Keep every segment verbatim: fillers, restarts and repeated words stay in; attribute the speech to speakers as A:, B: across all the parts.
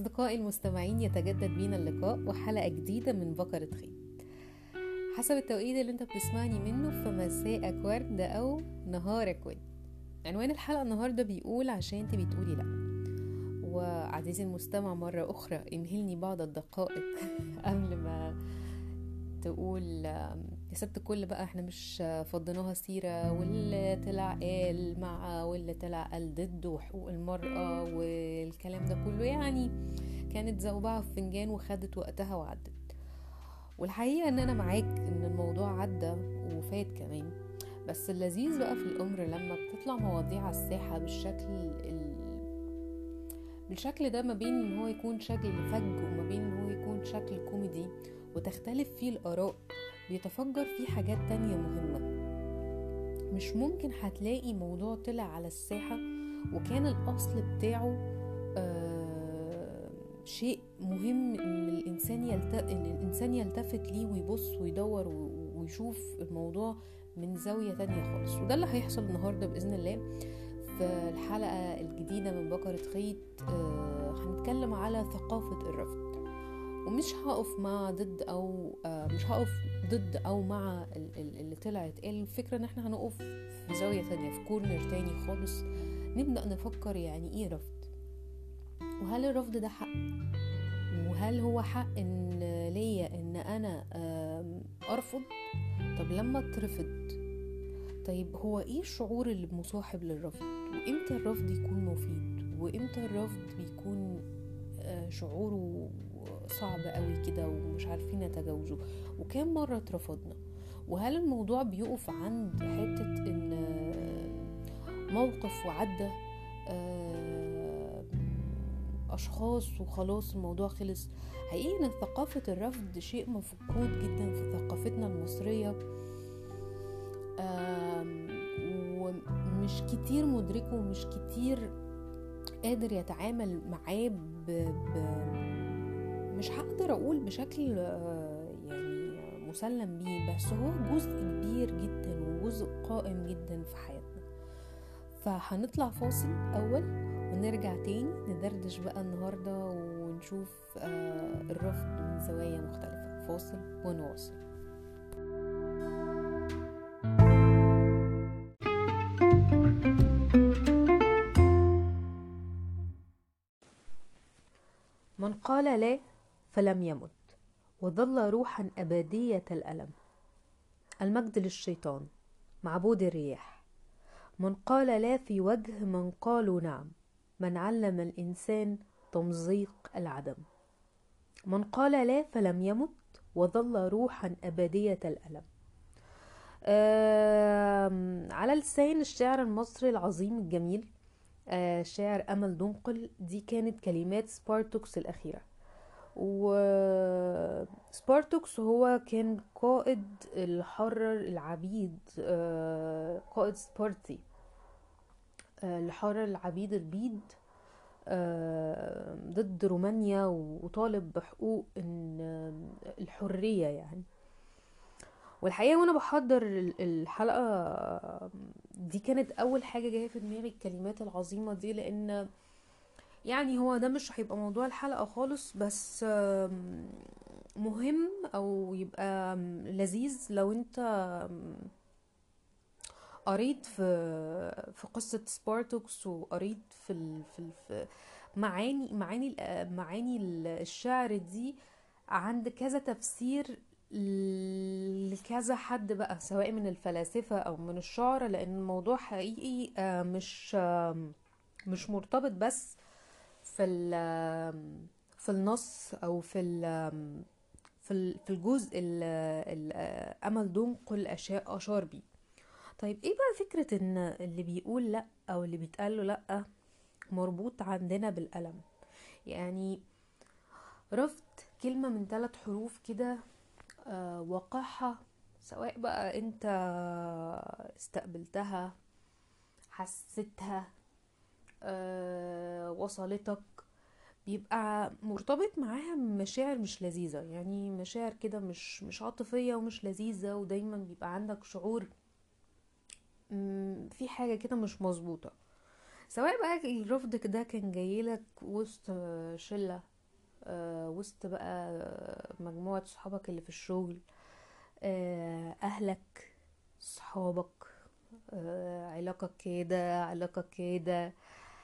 A: أصدقائي المستمعين، يتجدد بينا اللقاء وحلقة جديدة من بكرة خيط. حسب التوقيت اللي انت بتسمعني منه، فمساءك ورد أو نهارك ود. عنوان الحلقة النهاردة بيقول عشان انت بتقولي لأ. وعزيزي المستمع، مرة أخرى امهلني بعض الدقائق قبل ما تقول يا ست كل بقى احنا مش فضيناها سيرة، واللي طلع قال مع واللي طلع قال ضد وحقوق المرأة والكلام ده كله. يعني كانت زوبعة في فنجان وخدت وقتها وعدت. والحقيقة ان انا معاك ان الموضوع عدى وفات كمان، بس اللذيذ بقى في الامر لما بتطلع مواضيع على الساحة بالشكل ال... بالشكل ده، ما بين ان هو يكون شكل فج وما بين ان هو يكون شكل كوميدي وتختلف فيه الآراء، بيتفجر فيه حاجات تانية مهمة. مش ممكن هتلاقي موضوع طلع على الساحة وكان الأصل بتاعه آه شيء مهم ان الإنسان, يلت... إن الإنسان يلتفت ليه ويبص ويدور ويشوف الموضوع من زاوية تانية خالص. وده اللي هيحصل النهاردة بإذن الله في الحلقة الجديدة من بكرة خيط. آه هنتكلم على ثقافة الرفض، ومش هقف مع ضد او آه مش هقف ضد او مع اللي طلعت. الفكرة ان احنا هنقف في زاوية ثانية، في كورنر تاني خالص، نبدأ نفكر يعني ايه رفض، وهل الرفض ده حق، وهل هو حق ان ليا ان انا ارفض؟ طب لما اترفض، طيب هو ايه الشعور اللي مصاحب للرفض؟ وامتى الرفض يكون مفيد، وامتى الرفض بيكون آه شعوره صعب قوي كده ومش عارفين نتجاوزه؟ وكم مرة اترفضنا؟ وهل الموضوع بيقف عند حتة ان موقف وعدى اشخاص وخلاص الموضوع خلص؟ حقيقي ان ثقافة الرفض شيء مفقود جدا في ثقافتنا المصرية، ومش كتير مدركه ومش كتير قادر يتعامل معاه ب... ب... مش هقدر اقول بشكل يعني مسلم بيه، بس هو جزء كبير جدا وجزء قائم جدا في حياتنا. فهنطلع فاصل اول ونرجع تاني ندردش بقى النهاردة ونشوف الرفض من زوايا مختلفة. فاصل ونواصل. من قال لا فلم يمت وظل روحا أبدية الألم. المجد للشيطان معبود الرياح. من قال لا في وجه من قالوا نعم، من علم الإنسان تمزيق العدم. من قال لا فلم يمت وظل روحا أبدية الألم. على لسان الشاعر المصري العظيم الجميل آه شاعر أمل دنقل. دي كانت كلمات سبارتوكس الأخيرة. وسبارتوكس هو كان قائد اللي حرر العبيد، آه قائد سبارتي آه اللي حرر العبيد البيض آه ضد رومانيا، وطالب بحقوق الحرية يعني. والحقيقة وانا بحضر الحلقة دي كانت اول حاجة جاية في دماغي الكلمات العظيمة دي، لان يعني هو ده مش هيبقى موضوع الحلقة خالص، بس مهم او يبقى لذيذ لو انت قريت في في قصة سبارتوكس، وقريت في ال في, ال في معاني معاني معاني الشعر دي عند كذا تفسير لكذا حد بقى، سواء من الفلاسفة او من الشعر، لان الموضوع حقيقي مش مش مرتبط بس في في النص او في في في الجزء اللي امل دنقل اشار بيه. طيب ايه بقى فكرة ان اللي بيقول لا او اللي بيتقال له لا مربوط عندنا بالألم؟ يعني رفض كلمة من ثلاث حروف كده، آه وقعها، سواء بقى انت استقبلتها، حسيتها، آه وصلتك، بيبقى مرتبط معاها مشاعر مش لذيذة. يعني مشاعر كده مش مش عاطفية ومش لذيذة، ودايما بيبقى عندك شعور في حاجة كده مش مظبوطة. سواء بقى الرفض ده كان جايلك وسط شلة آه، وسط بقى مجموعة صحابك اللي في الشغل، آه، اهلك، صحابك، آه، علاقة كده علاقة كده.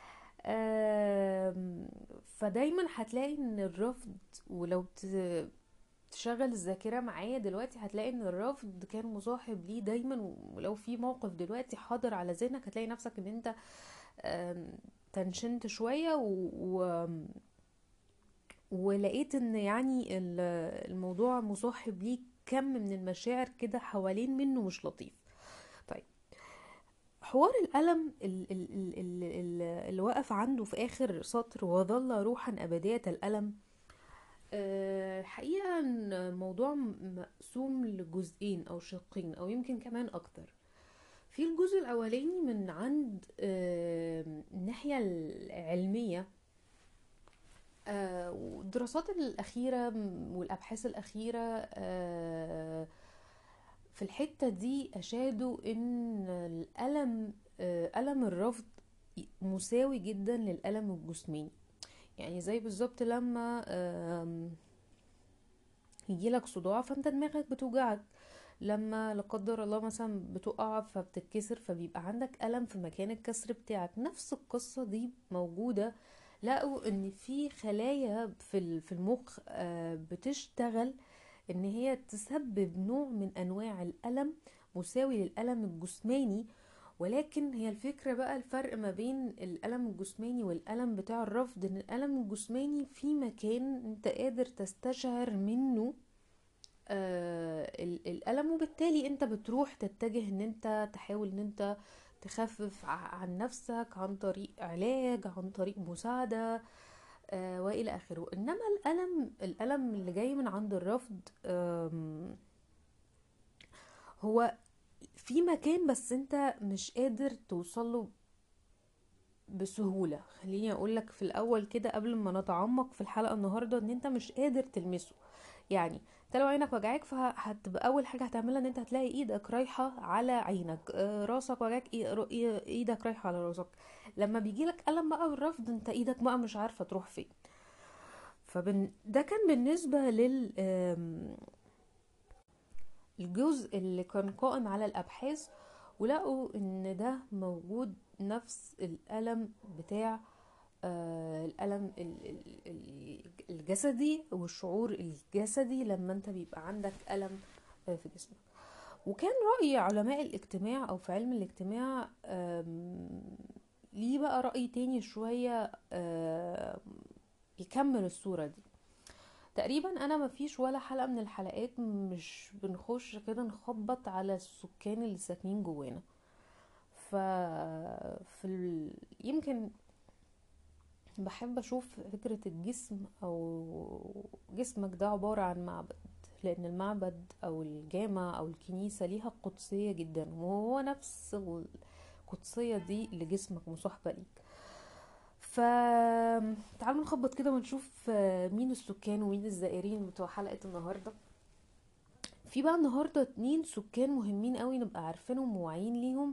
A: آم، فدايما هتلاقي ان الرفض، ولو ت- تشغل الذاكرة معايا دلوقتي هتلاقي ان الرفض كان مصاحب ليه دايما. ولو في موقف دلوقتي حاضر على ذهنك هتلاقي نفسك ان انت آم، تنشنت شوية و... و... ولقيت ان يعني ال- الموضوع مصاحب ليه كم من المشاعر كده حوالين منه مش لطيف. طيب، حوار الألم ال- ال- ال- ال- ال- اللي وقف عنده في آخر سطر: وظل روحا أبدية الألم. آه، الحقيقة ان الموضوع م- مقسوم لجزئين او شقين او يمكن كمان اكتر. في الجزء الاولاني من عند آه، الناحية العلمية، آه، والدراسات الأخيرة والأبحاث الأخيرة آه، في الحتة دي أشادوا إن الألم، آه، ألم الرفض مساوي جدا للألم الجسماني. يعني زي بالظبط لما آم، يجيلك صداع فانت دماغك بتوجعك، لما لا قدر الله مثلا بتقع فبتتكسر فبيبقى عندك ألم في مكان الكسر بتاعك. نفس القصة دي موجودة. لقوا ان في خلايا في ال- في المخ آه، بتشتغل ان هي تسبب نوع من انواع الألم مساوي للألم الجسماني. ولكن هي الفكرة بقى، الفرق ما بين الألم الجسماني والألم بتاع الرفض، ان الألم الجسماني في مكان انت قادر تستشعر منه آه، ال- الألم، وبالتالي انت بتروح تتجه ان انت تحاول ان انت تخفف ع- عن نفسك عن طريق علاج، عن طريق مساعدة آه، وإلى آخره. إنما الألم الألم اللي جاي من عند الرفض آم، هو في مكان بس انت مش قادر توصله بسهولة. خليني اقولك في الاول كده قبل ما نتعمق في الحلقة النهاردة ان انت مش قادر تلمسه. يعني انت لو عينك وجعاك فهتبقى اول حاجة هتعملها ان انت هتلاقي ايدك رايحة على عينك، آه، راسك وجعك إي- رو- إي- ايدك رايحة على راسك. لما بيجيلك ألم بقى بالرفض انت ايدك بقى مش عارفة تروح فين. فبن ده كان بالنسبة لل آم، الجزء اللي كان قائم على الأبحاث. ولقوا ان ده موجود نفس الألم بتاع آه، الألم ال- ال- ال- الجسدي والشعور الجسدي لما انت بيبقى عندك ألم آه، في جسمك. وكان رأي علماء الاجتماع او في علم الاجتماع آم، ليه بقى رأي تاني شوية آم، يكمل الصورة دي. تقريبا انا مفيش ولا حلقة من الحلقات مش بنخش كده نخبط على السكان اللي ساكنين جوانا. ف في ال... يمكن بحب اشوف فكرة الجسم او جسمك ده عبارة عن معبد، لان المعبد او الجامع او الكنيسة ليها قدسية جدا، وهو نفس القدسية دي لجسمك مصاحبة ليك. ف تعالوا نخبط كده ونشوف مين السكان ومين الزائرين بتوع حلقة النهاردة. في بقى النهاردة اتنين سكان مهمين قوي نبقى عارفينهم وواعيين ليهم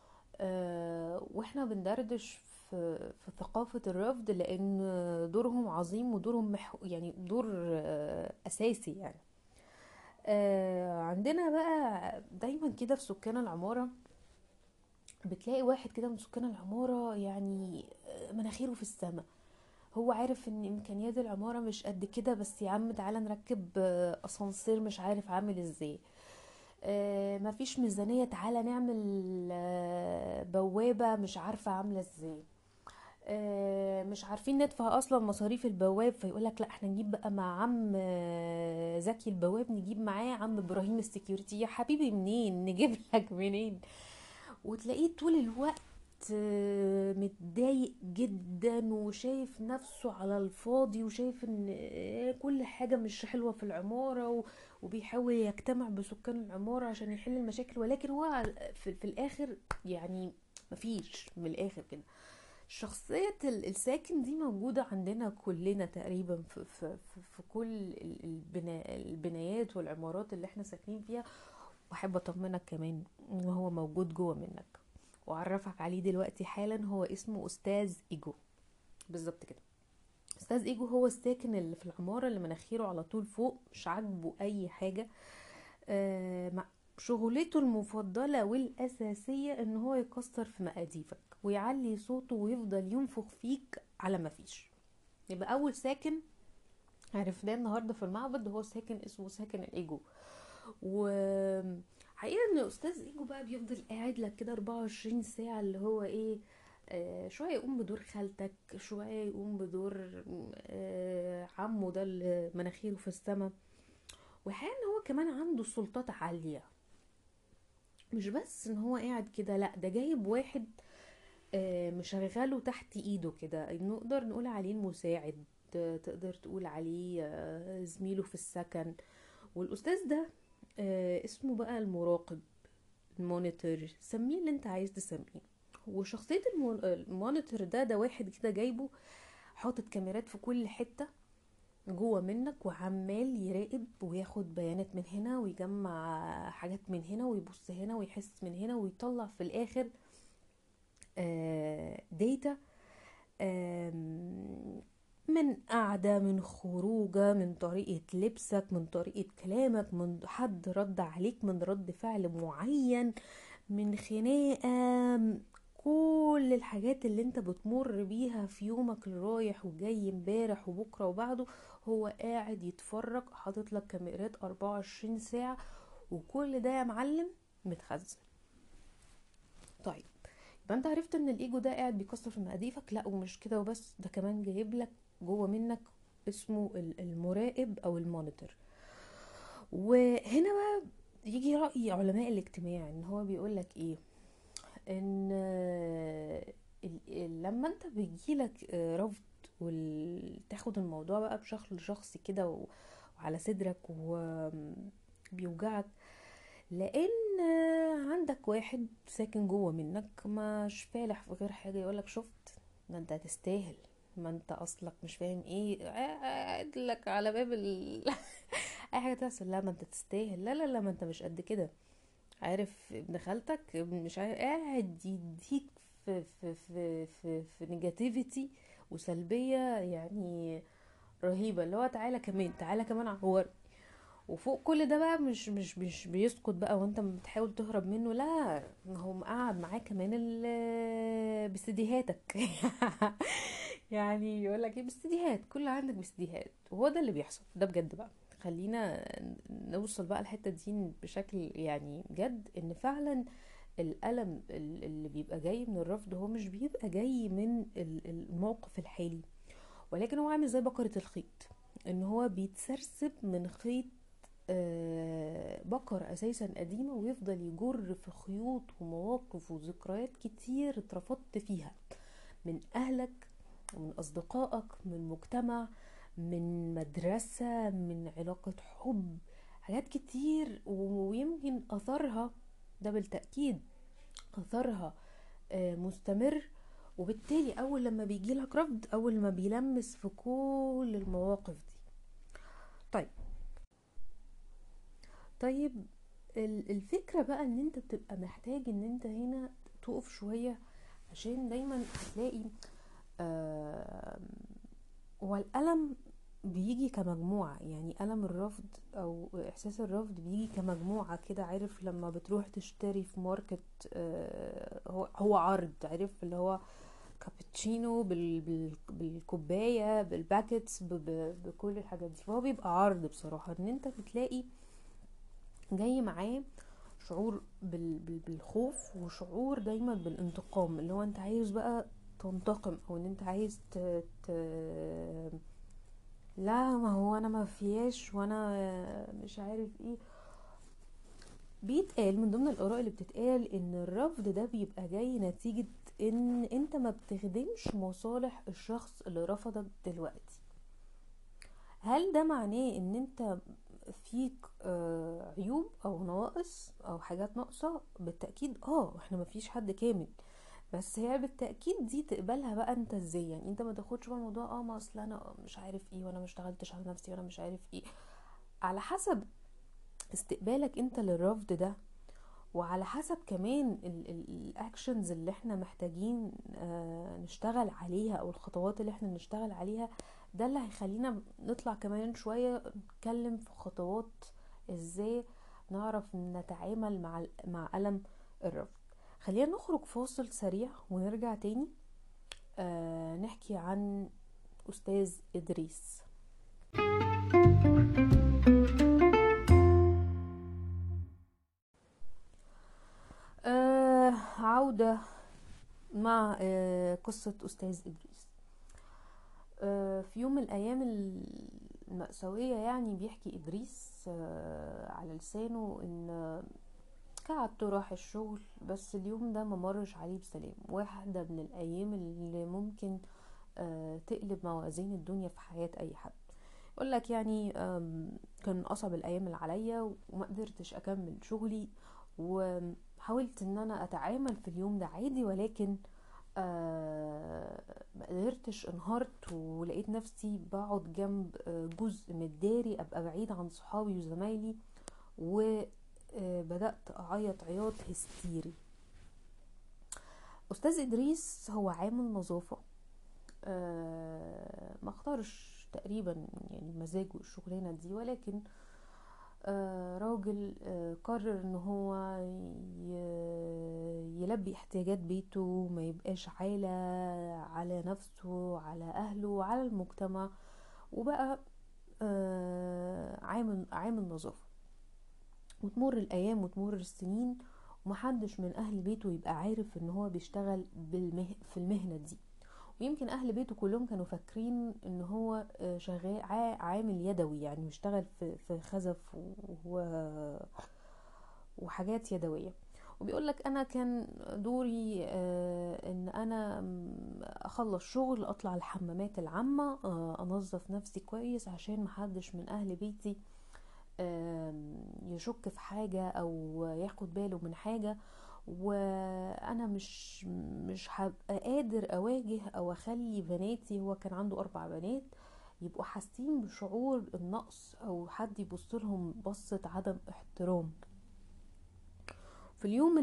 A: آه، واحنا بندردش في في ثقافة الرفض، لان دورهم عظيم ودورهم مح يعني دور آه، اساسي يعني. آه، عندنا بقى دايما كده في سكان العمارة بتلاقي واحد كده من سكان العمارة يعني آه، مناخيره في السماء. هو عارف ان امكانيات العمارة مش قد كده، بس يا عم تعالى نركب آه، اسانسير مش عارف عامل ازاي. آه، مفيش ميزانية، تعالى نعمل آه، بوابة مش عارفة عاملة ازاي. آه، مش عارفين ندفع اصلا مصاريف البواب فيقولك لا احنا نجيب بقى مع عم آه، زكي البواب، نجيب معاه عم ابراهيم السكيورتي. يا حبيبي منين نجيب لك منين؟ وتلاقيه طول الوقت آه، متضايق جدا وشايف نفسه على الفاضي وشايف ان آه، كل حاجة مش حلوة في العمارة و- وبيحاول يجتمع بسكان العمارة عشان يحل المشاكل، ولكن هو في, في الاخر يعني مفيش من الاخر كده. شخصية ال- الساكن دي موجودة عندنا كلنا تقريبا في, في, في, في كل ال- البنا البنايات والعمارات اللي احنا ساكنين فيها. واحب اطمنك كمان ان هو موجود جوه منك، واعرفك عليه دلوقتي حالا. هو اسمه استاذ ايجو، بالظبط كده. استاذ ايجو هو الساكن اللي في العمارة اللي مناخيره على طول فوق، مش عاجبه اي حاجة. آه مع- شغلته المفضلة والأساسية ان هو يكسر في مقاديفك ويعلي صوته ويفضل ينفخ فيك على ما فيش. يبقى اول ساكن عرفناه النهاردة في المعبد هو ساكن اسمه ساكن الايجو. وحقيقة ان استاذ ايجو بقى بيفضل قاعد لك كده اربعة وعشرين ساعة، اللي هو ايه، آه شوية يقوم بدور خالتك، شوية يقوم بدور آه عمه ده اللي مناخيره في السما. وحقيقة ان هو كمان عنده سلطات عالية، مش بس ان هو قاعد كده، لا ده جايب واحد آه مشغله تحت ايده كده، نقدر نقول عليه المساعد، آه، تقدر تقول عليه آه، زميله في السكن. والاستاذ ده آه، اسمه بقى المراقب، المونيتور، سميه اللي انت عايز تسميه. وشخصية المون- المونيتور ده ده واحد كده جايبه حاطط كاميرات في كل حتة جوه منك، وعمال يراقب وياخد بيانات من هنا ويجمع حاجات من هنا ويبص هنا ويحس من هنا ويطلع في الاخر آه ديتا، آم، من قعدة، من خروجة، من طريقة لبسك، من طريقة كلامك، من حد رد عليك، من رد فعل معين، من خناقة، كل الحاجات اللي انت بتمر بيها في يومك اللي رايح وجاي امبارح وبكرة وبعده، هو قاعد يتفرج، حاطط لك كاميرات اربعة وعشرين ساعة، وكل ده يا معلم متخزن. طيب، يبقى انت عرفت ان الايجو ده قاعد بيكسر في مقاديفك. لا ومش كده وبس، ده كمان جايب لك جوه منك اسمه ال- المراقب او المونيتور. وهنا بقى يجي رأي علماء الاجتماع، ان هو بيقول لك ايه، ان آه، ال- ال- لما انت بيجيلك آه، رفض وتاخد الموضوع بقى بشكل شخصي كده و- وعلى صدرك وبيوجعك، لان آه، عندك واحد ساكن جوه منك مش فالح في غير حاجه، يقولك شفت، ما انت هتستاهل، ما انت اصلك مش فاهم ايه، قاعد لك على باب ال... اي حاجه تحصل، لا ما انت تستاهل، لا لا لا ما انت مش قد كده، عارف ابن خالتك مش عارف، قاعد يديك في في في في, في نيجاتيفيتي وسلبيه يعني رهيبه، اللي هو تعالى كمان تعالى كمان عور. وفوق كل ده بقى مش مش مش بيسكت بقى وانت بتحاول تهرب منه، لا هو مقعد معاه كمان ال بستديهاتك. يعني يقول لك ايه، بستديهات، كل عندك بستديهات، وهو ده اللي بيحصل ده بجد بقى. خلينا نوصل بقى الحتة دي بشكل يعني جد، ان فعلا الألم ال- اللي بيبقى جاي من الرفض هو مش بيبقى جاي من ال- الموقف الحالي، ولكن هو عامل زي بقرة الخيط، ان هو بيتسرسب من خيط آه، بقر اساسا قديمة، ويفضل يجر في خيوط ومواقف وذكريات كتير اترفضت فيها من اهلك، من اصدقائك، من مجتمع، من مدرسة، من علاقة حب، حاجات كتير، ويمكن اثرها ده بالتأكيد اثرها آه، مستمر. وبالتالي اول لما بيجيلك رفض، اول ما بيلمس في كل المواقف دي. طيب طيب ال- الفكرة بقى ان انت بتبقى محتاج ان انت هنا تقف شوية، عشان دايما هتلاقي آه هو الألم بيجي كمجموعة، يعني ألم الرفض أو إحساس الرفض بيجي كمجموعة كده، عارف لما بتروح تشتري في ماركت آه هو, هو عرض، عارف اللي هو كابتشينو بال بال بالكوباية بالباكتس ب- ب- بكل الحاجات دي، فهو بيبقى عرض بصراحة، ان انت بتلاقي جاي معاه شعور بال بال بالخوف، وشعور دايما بالانتقام، اللي هو انت عايز بقى تنتقم، او ان انت عايز ت... ت... لا ما هو انا ما فياش وانا مش عارف ايه. بيتقال من ضمن الاراء اللي بتتقال ان الرفض ده بيبقى جاي نتيجة ان انت ما بتخدمش مصالح الشخص اللي رفضك دلوقتي. هل ده معناه ان انت فيك آه، عيوب او نواقص او حاجات ناقصة؟ بالتأكيد اه، احنا ما فيش حد كامل، بس هي بالتأكيد دي تقبلها بقى انت ازاي، يعني انت ما تاخدش بقى الموضوع اه ما اصل انا مش عارف ايه وانا ما اشتغلتش على نفسي وانا مش عارف ايه. على حسب استقبالك انت للرفض ده، وعلى حسب كمان الاكشنز اللي احنا محتاجين آه، نشتغل عليها، او الخطوات اللي احنا نشتغل عليها، ده اللي هيخلينا نطلع كمان شوية نتكلم في خطوات ازاي نعرف نتعامل مع مع ألم الرفض. خلينا نخرج فاصل سريع ونرجع تاني آه نحكي عن أستاذ إدريس. آه عودة مع آه قصة أستاذ إدريس. آه في يوم من الأيام المأساوية يعني بيحكي إدريس آه على لسانه إن قعدت راح الشغل، بس اليوم ده ما مرش عليه بسلام. واحدة من الأيام اللي ممكن آه تقلب موازين الدنيا في حياة أي حد. يقول لك يعني كان أصعب الأيام اللي عليا وما قدرتش أكمل شغلي، وحاولت إن أنا أتعامل في اليوم ده عادي، ولكن آه ما قدرتش، انهارت ولقيت نفسي بقعد جنب آه جزء متداري، أبقى بعيد عن صحابي وزمايلي، وبدأت أعيط عياط هستيري. أستاذ إدريس هو عامل نظافة، آه ما اختارش تقريبا يعني مزاجه الشغلانة دي، ولكن آه راجل آه قرر ان هو يلبي احتياجات بيته، ما يبقاش عالة على نفسه، على اهله، وعلى المجتمع، وبقى آه عامل عامل نظافة. وتمر الايام وتمر السنين ومحدش من اهل بيته يبقى عارف ان هو بيشتغل بالمه... في المهنة دي. ويمكن اهل بيته كلهم كانوا فاكرين ان هو شغال عامل يدوي، يعني بيشتغل في في خزف وحاجات يدويه. وبيقول لك انا كان دوري ان انا اخلص شغل، اطلع الحمامات العامه، انظف نفسي كويس عشان محدش من اهل بيتي يشك في حاجه او ياخد باله من حاجه، وانا مش مش هبقى قادر اواجه او اخلي بناتي، هو كان عنده اربع بنات، يبقوا حاسين بشعور النقص او حد يبص لهم بصة عدم احترام. في اليوم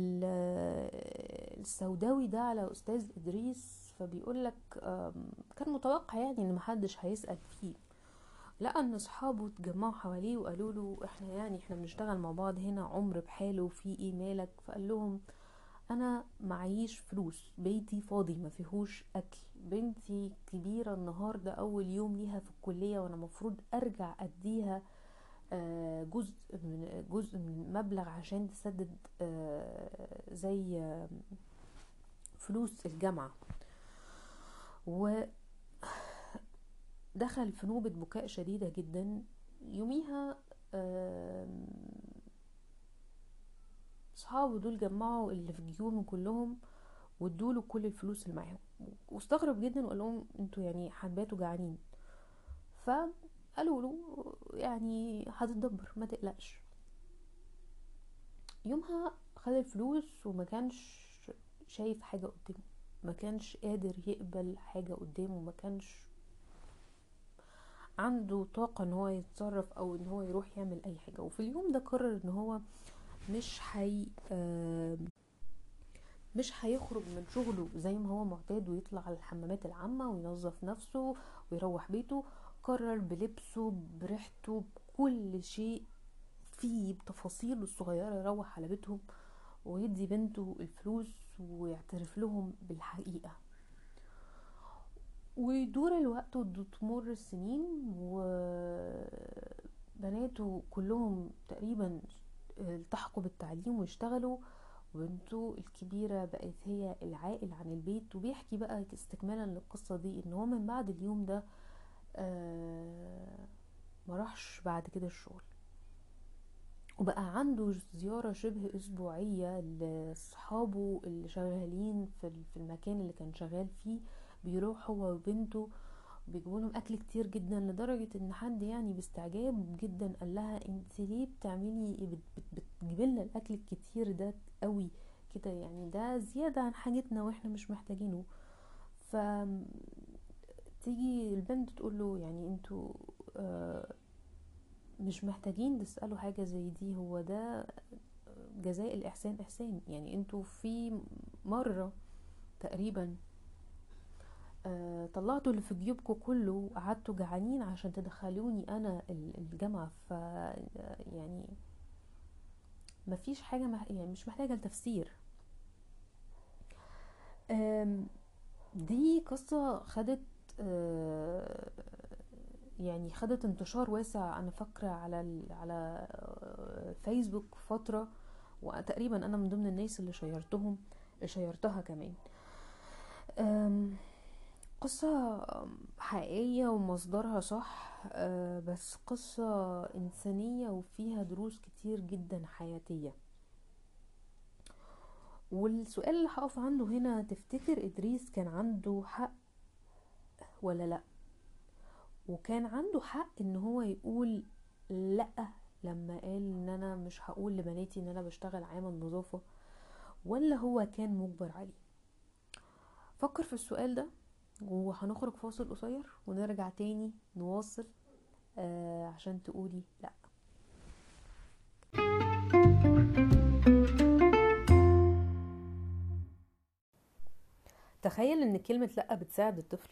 A: السوداوي ده على استاذ ادريس، فبيقولك كان متوقع يعني ان محدش هيسأل فيه، لقى ان اصحابه اتجمعوا حواليه وقالوا له احنا يعني احنا بنشتغل مع بعض هنا عمر بحاله، في ايه مالك؟ فقال لهم انا معيش فلوس، بيتي فاضي ما فيهوش اكل، بنتي كبيرة النهاردة اول يوم ليها في الكلية، وانا مفروض ارجع اديها جزء من جزء من مبلغ عشان تسدد زي فلوس الجامعة. ودخل في نوبة بكاء شديدة جدا. يوميها صحابه دول جمعوا اللي في جيوبهم كلهم وادوله كل الفلوس اللي معاهم، واستغرب جدا وقال لهم انتوا يعني هتباتوا جعانين؟ فقالوا له يعني هتتدبر ما تقلقش. يومها خد الفلوس وما كانش شايف حاجة قدامه، ما كانش قادر يقبل حاجة قدامه، ما كانش عنده طاقة ان هو يتصرف او ان هو يروح يعمل اي حاجة. وفي اليوم ده قرر ان هو مش حي آه مش هيخرج من شغله زي ما هو معتاد ويطلع على الحمامات العامة وينظف نفسه ويروح بيته. قرر بلبسه بريحته بكل شيء فيه بتفاصيله الصغيرة يروح على بيتهم ويدي بنته الفلوس ويعترف لهم بالحقيقة. ويدور الوقت وتمر السنين وبناته كلهم تقريبا التحقوا بالتعليم ويشتغلوا، وبنته الكبيرة بقت هي العائل عن البيت. وبيحكي بقى استكمالا للقصة دي ان هو من بعد اليوم ده آه ما راحش بعد كده الشغل، وبقى عنده زيارة شبه اسبوعية لصحابه اللي شغالين في المكان اللي كان شغال فيه. بيروح هو وبنته بيجيبوا لهم اكل كتير جدا، لدرجة ان حد يعني باستعجاب جدا قال لها انت ليه بتعملي بتجيبي لنا الاكل الكتير ده قوي كده، يعني ده زيادة عن حاجتنا واحنا مش محتاجينه. ف تيجي البنت تقول له يعني انتوا آه مش محتاجين تسألوا حاجة زي دي، هو ده جزاء الإحسان إحسان، يعني انتوا في مرة تقريبا آه، طلعتوا اللي في جيوبكم كله وقعدتوا جعانين عشان تدخلوني انا ال- الجامعة. ف يعني مفيش حاجة مح... يعني مش محتاجة لتفسير. آم، دي قصة خدت آه، يعني خدت انتشار واسع. انا فاكرة على ال... على آه، فيسبوك فترة، وتقريبا انا من ضمن الناس اللي شيرتهم شيرتها كمان. أم، قصة حقيقية ومصدرها صح، أه، بس قصة إنسانية وفيها دروس كتير جدا حياتية. والسؤال اللي هقف عنده هنا، تفتكر إدريس كان عنده حق ولا لأ؟ وكان عنده حق إن هو يقول لأ لما قال إن أنا مش هقول لبناتي إن أنا بشتغل عامل نظافة، ولا هو كان مجبر عليه؟ فكر في السؤال ده، وهنخرج فاصل قصير ونرجع تاني نواصل آه عشان تقولي لا. تخيل ان كلمة لا بتساعد الطفل،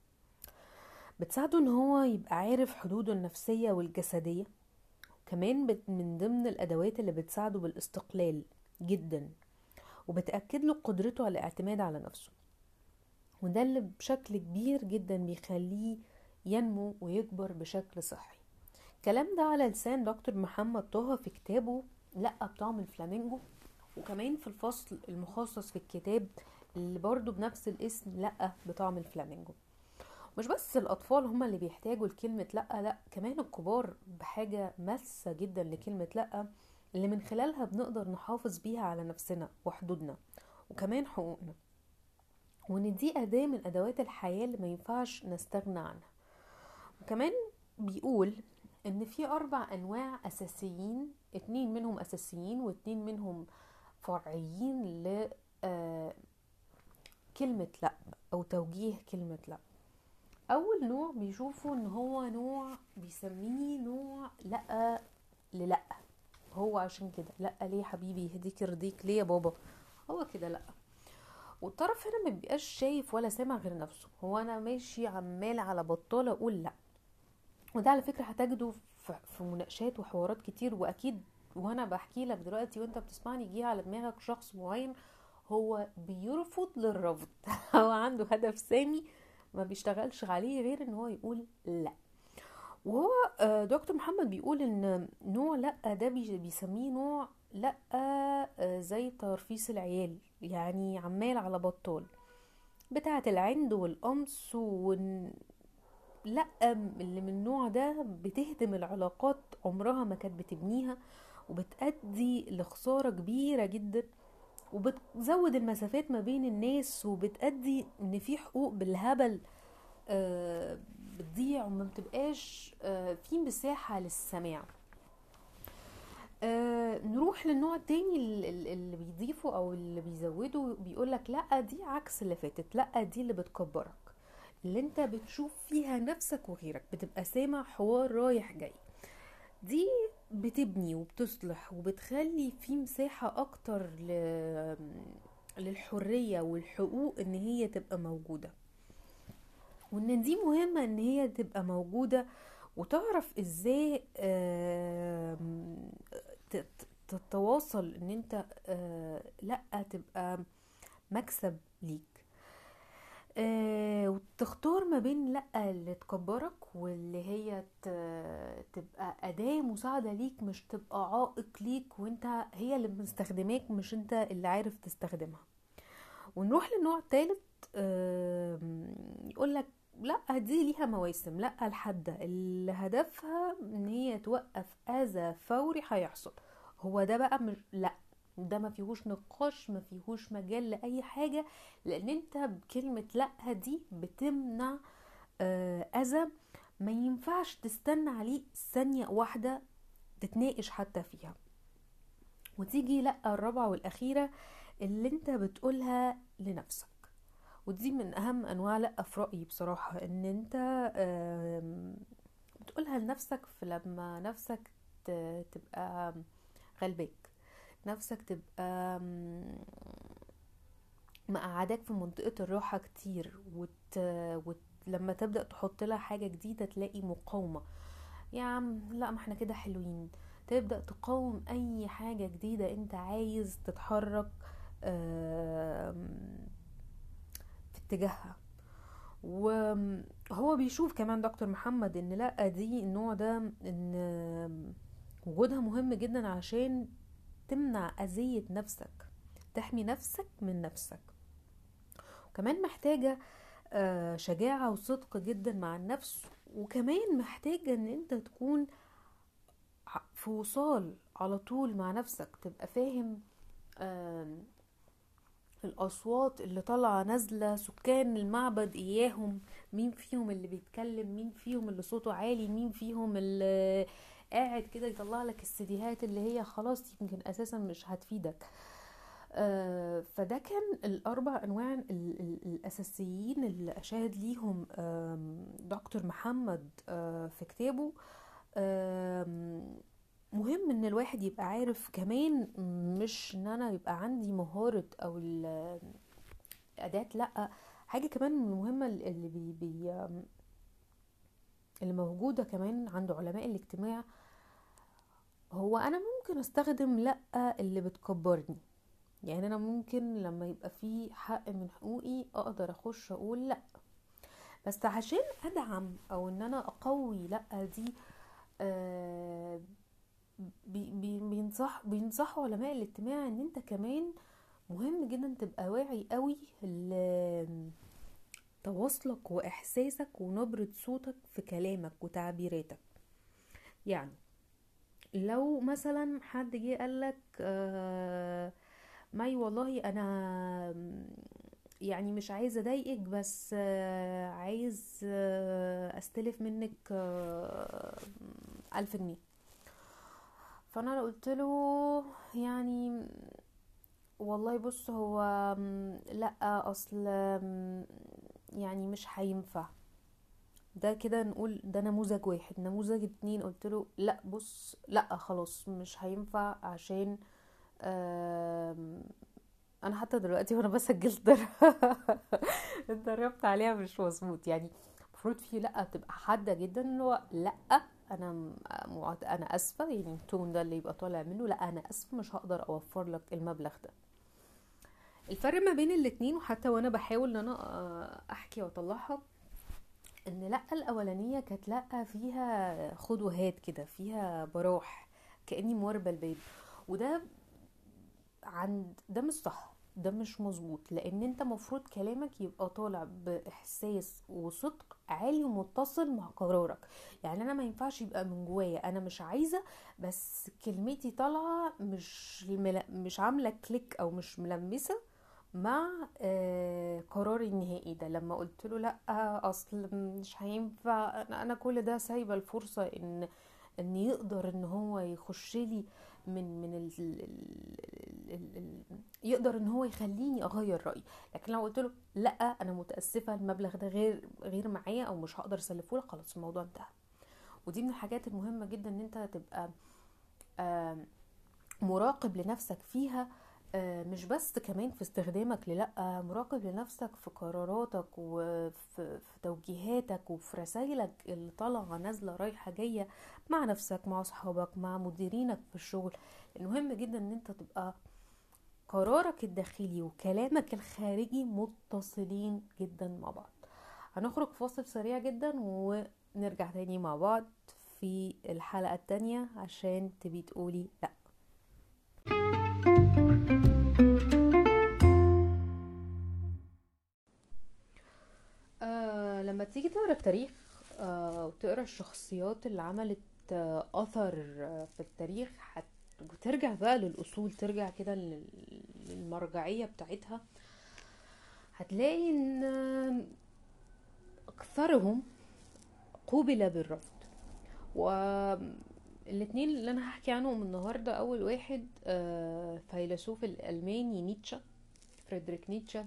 A: بتساعده ان هو يبقى عارف حدوده النفسية والجسدية. كمان بت- من ضمن الادوات اللي بتساعده بالاستقلال جدا، وبتأكد له قدرته على الاعتماد على نفسه. وده اللي بشكل كبير جدا بيخليه ينمو ويكبر بشكل صحي. الكلام ده على لسان دكتور محمد طه في كتابه لا بطعم الفلامينجو، وكمان في الفصل المخصص في الكتاب اللي برضو بنفس الاسم لا بطعم الفلامينجو. مش بس الأطفال هما اللي بيحتاجوا لكلمة لا، لا كمان الكبار بحاجة ماسة جدا لكلمة لا، اللي من خلالها بنقدر نحافظ بيها على نفسنا وحدودنا وكمان حقوقنا، وان دي أداة من أدوات الحياة اللي ما ينفعش نستغنى عنها. وكمان بيقول ان في اربع انواع اساسيين، اتنين منهم اساسيين واتنين منهم فرعيين ل آه، كلمة لا او توجيه كلمة لا. اول نوع بيشوفوا ان هو نوع بيسميه نوع لا للا. هو عشان كده لا ليه حبيبي يهديك يرضيك ليه يا بابا، هو كده لا. والطرف هنا ما بيبقاش شايف ولا سامع غير نفسه، هو انا ماشي عمال على بطال اقول لا. وده على فكرة هتجده في في مناقشات وحوارات كتير، واكيد وانا بحكي لك دلوقتي وانت بتسمعني جه على دماغك شخص معين هو بيرفض للرفض هو عنده هدف سامي ما بيشتغلش عليه غير ان هو يقول لا. وهو آه، دكتور محمد بيقول ان نوع لا ده بي- بيسميه نوع لا آه، زي ترفيس العيال، يعني عمال على بطال بتاعة العند والقمص. لا اللي من النوع ده بتهدم العلاقات عمرها ما كانت بتبنيها، وبتأدي لخسارة كبيرة جدا، وبتزود المسافات ما بين الناس، وبتأدي ان في حقوق بالهبل آه، بتضيع وما بتبقاش آه، في مساحة للسماع. آه، نروح للنوع التاني ال- ال- اللي بيضيفه او اللي بيزوده، بيقولك لا دي عكس اللي فاتت، لا دي اللي بتكبرك، اللي انت بتشوف فيها نفسك وغيرك، بتبقى سامع حوار رايح جاي. دي بتبني وبتصلح وبتخلي في مساحة اكتر ل... للحرية والحقوق ان هي تبقى موجودة، وان دي مهمة ان هي تبقى موجودة. وتعرف ازاي آم، ت- ت- تتواصل ان انت آه، لا تبقى مكسب ليك. آه، وتختار ما بين لأ اللي تكبرك واللي هي ت- تبقى أداة مساعدة ليك، مش تبقى عائق ليك وانت هي اللي مستخدماك مش انت اللي عارف تستخدمها. ونروح للنوع الثالث، يقولك لا دي ليها مواسم، لا الحادة اللي هدفها ان هي توقف اذى فوري هيحصل. هو ده بقى مش لا، ده ما فيهوش نقاش، ما فيهوش مجال لأي حاجة، لان انت بكلمة لا دي بتمنع آه، اذى ما ينفعش تستنى عليه ثانية واحدة تتناقش حتى فيها. وتيجي لا الرابعة والاخيرة اللي انت بتقولها لنفسك، ودي من اهم انواع لا في رأيي بصراحة، ان انت آم، بتقولها لنفسك في لما نفسك ت- تبقى غلباك، نفسك تبقى آم، مقعداك في منطقة الراحة كتير، وت... وت... لما تبدأ تحط لها حاجة جديدة تلاقي مقاومة. يا عم لا، ما احنا كده حلوين. تبدأ تقاوم اي حاجة جديدة انت عايز تتحرك آم، في اتجاهها. وهو بيشوف كمان دكتور محمد ان لا، دي النوع ده ان وجودها مهم جدا عشان تمنع اذية نفسك، تحمي نفسك من نفسك. وكمان محتاجة آه، شجاعة وصدق جدا مع النفس. وكمان محتاجة ان انت تكون ع- في وصال على طول مع نفسك، تبقى فاهم آم، الأصوات اللي طالعة نازلة، سكان المعبد إياهم، مين فيهم اللي بيتكلم، مين فيهم اللي صوته عالي، مين فيهم اللي قاعد كده يطلع لك السيديهات اللي هي خلاص يمكن أساسا مش هتفيدك. آه، فده كان الأربع أنواع ال- ال- الأساسيين اللي أشاهد ليهم آم، دكتور محمد آه، في كتابه. آم، مهم ان الواحد يبقى عارف كمان، مش ان انا يبقى عندي مهارة او ال- الاداة، لا، حاجة كمان من المهمة اللي بي بي اللي موجودة كمان عند علماء الاجتماع، هو انا ممكن استخدم لا اللي بتكبرني. يعني انا ممكن لما يبقى في حق من حقوقي اقدر اخش اقول لا، بس عشان ادعم او ان انا اقوي لا دي، آه بي بي بينصح بينصحوا علماء الاجتماع ان انت كمان مهم جدا تبقى واعي قوي لتواصلك واحساسك ونبرة صوتك في كلامك وتعبيراتك. يعني لو مثلا حد جه قالك آه ماي والله انا يعني مش عايزه اضايقك، بس آه عايز آه استلف منك آه ألف جنيه. فانا لو قلت له يعني والله بص هو م، لا اصل م، يعني مش هينفع، ده كده نقول ده نموذج واحد. نموذج اتنين، قلت له لا بص لا خلاص مش هينفع عشان آم، انا حتى دلوقتي وانا بسجل در- اتدربت عليها مش مظبوط. يعني المفروض في لا بتبقى حاده جدا، اللي هو لا انا م- معت- انا اسفه، يعني التون ده اللي يبقى طالع منه لا انا اسفه مش هقدر اوفر لك المبلغ ده. الفرق ما بين الاتنين، وحتى وانا بحاول ان انا آه، احكي واطلعها، ان لا الاولانيه كانت لا فيها خد وهات كده، فيها براح، كاني مواربه الباب. وده عند ده مش صح، ده مش مظبوط، لان انت مفروض كلامك يبقى طالع باحساس وصدق عالي ومتصل مع قرارك. يعني انا ما ينفعش يبقى من جوايا انا مش عايزه، بس كلمتي طالعه مش مل... مش عامله كليك او مش ملمسه مع آه قراري النهائي ده. لما قلت له لا اصل مش هينفع، انا انا كل ده سايبه الفرصه ان ان يقدر ان هو يخش لي من من ال ال ال ال يقدر ان هو يخليني اغير رايي. لكن لو قلت له لا انا متاسفه المبلغ ده غير غير معايا او مش هقدر اسلفه لك، خلاص الموضوع انتهى. ودي من الحاجات المهمه جدا ان انت تبقى آم، مراقب لنفسك فيها. آه، مش بس كمان في استخدامك للأ، مراقب لنفسك في قراراتك وفي في توجيهاتك وفي رسائلك اللي طالعة نازلة رايحة جاية مع نفسك، مع أصحابك، مع مديرينك في الشغل. المهم جدا ان انت تبقى قرارك الداخلي وكلامك الخارجي متصلين جدا مع بعض. هنخرج فاصل سريع جدا ونرجع تاني مع بعض في الحلقة التانية عشان تبي تقولي لأ. آه لما تيجي تقرا التاريخ آه وتقرا الشخصيات اللي عملت آه اثر آه في التاريخ، هت... وترجع بقى للاصول، ترجع كده لل- للمرجعيه بتاعتها، هتلاقي ان آه، اكثرهم قوبل بالرفض. والاتنين اللي انا هحكي عنهم النهارده، اول واحد آه فيلسوف الالماني نيتشه، فريدريك نيتشه.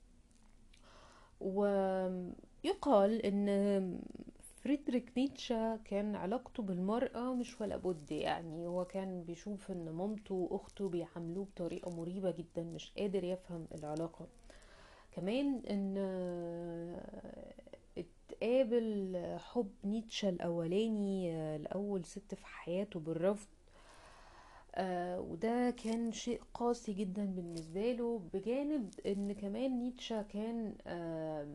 A: ويقال ان فريدريك نيتشه كان علاقته بالمرأة مش ولا بد. يعني هو كان بيشوف ان مامته واخته بيعاملوه بطريقة مريبة جدا، مش قادر يفهم العلاقة. كمان ان آه، اتقابل حب نيتشه الاولاني آه، لاول ست في حياته بالرفض. آه وده كان شيء قاسي جدا بالنسبة له، بجانب ان كمان نيتشه كان آه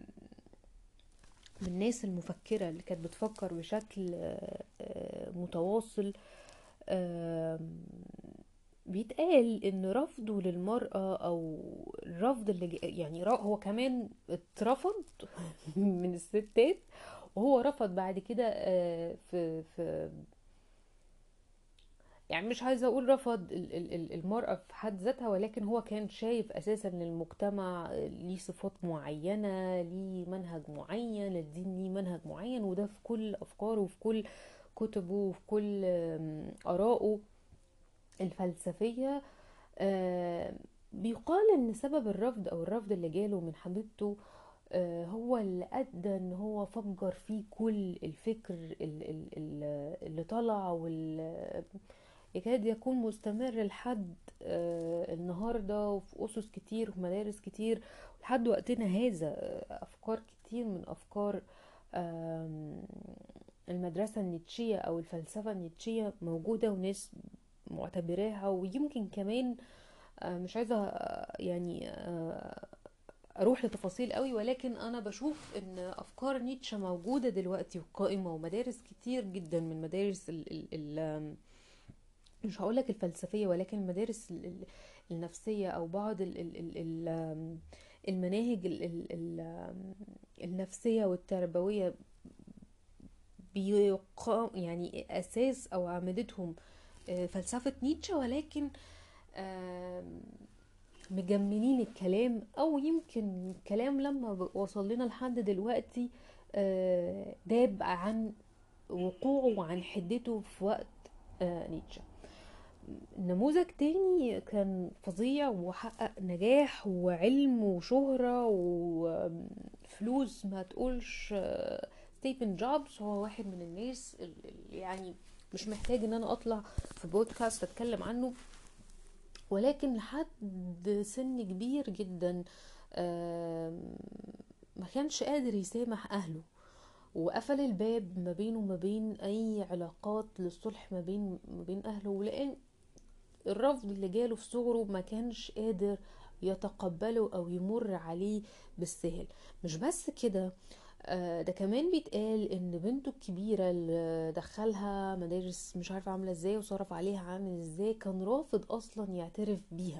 A: من الناس المفكرة اللي كانت بتفكر بشكل آه آه، متواصل. آه بيتقال ان رفضه للمرأة او الرفض اللي ج- يعني را- هو كمان اترفض من الستات، وهو رفض بعد كده آه، في في يعني مش عايزة اقول رفض ال- ال- ال- المرأة في حد ذاتها، ولكن هو كان شايف اساسا ان المجتمع ليه صفات معينة، ليه منهج معين، الدين ليه منهج معين، وده في كل افكاره وفي كل كتبه وفي كل آم، ارائه الفلسفية. آه، بيقال ان سبب الرفض او الرفض اللي جاله من حبيبته آه، هو اللي ادى ان هو فجر فيه كل الفكر ال- ال- ال- اللي طلع وال يكاد يكون مستمر لحد آه، النهاردة، وفي أسس كتير وفي مدارس كتير لحد وقتنا هذا. آه، أفكار كتير من أفكار آم، المدرسة النيتشية أو الفلسفة النيتشية موجودة، وناس معتبراها. ويمكن كمان آه، مش عايزة آه، يعني آه، اروح لتفاصيل قوي، ولكن انا بشوف ان افكار نيتشه موجودة دلوقتي وقائمة، ومدارس كتير جدا من مدارس ال ال ال مش هقولك الفلسفية، ولكن المدارس ال- ال- النفسية او بعض ال ال ال ال المناهج ال ال ال النفسية والتربوية بيقام يعني اساس او عمدتهم آه، فلسفة نيتشه، ولكن آم، مجملين الكلام، او يمكن الكلام لما ب- وصل لنا لحد دلوقتي آه، داب عن وقوعه وعن حدته في وقت آه، نيتشه. نموذج تاني كان فظيع وحقق نجاح وعلم وشهرة وفلوس ما تقولش، آه، ستيفن جوبز. هو واحد من الناس اللي يعني مش محتاج ان انا اطلع في بودكاست اتكلم عنه، ولكن لحد سن كبير جدا آم، ما كانش قادر يسامح اهله، وقفل الباب ما بينه وما بين اي علاقات للصلح ما بين ما بين اهله، لان الرفض اللي جاله في صغره ما كانش قادر يتقبله او يمر عليه بالسهل. مش بس كده، آه، ده كمان بيتقال ان بنته الكبيرة اللي دخلها مدارس مش عارفة عاملة ازاي وصرف عليها عامل ازاي كان رافض اصلا يعترف بيها.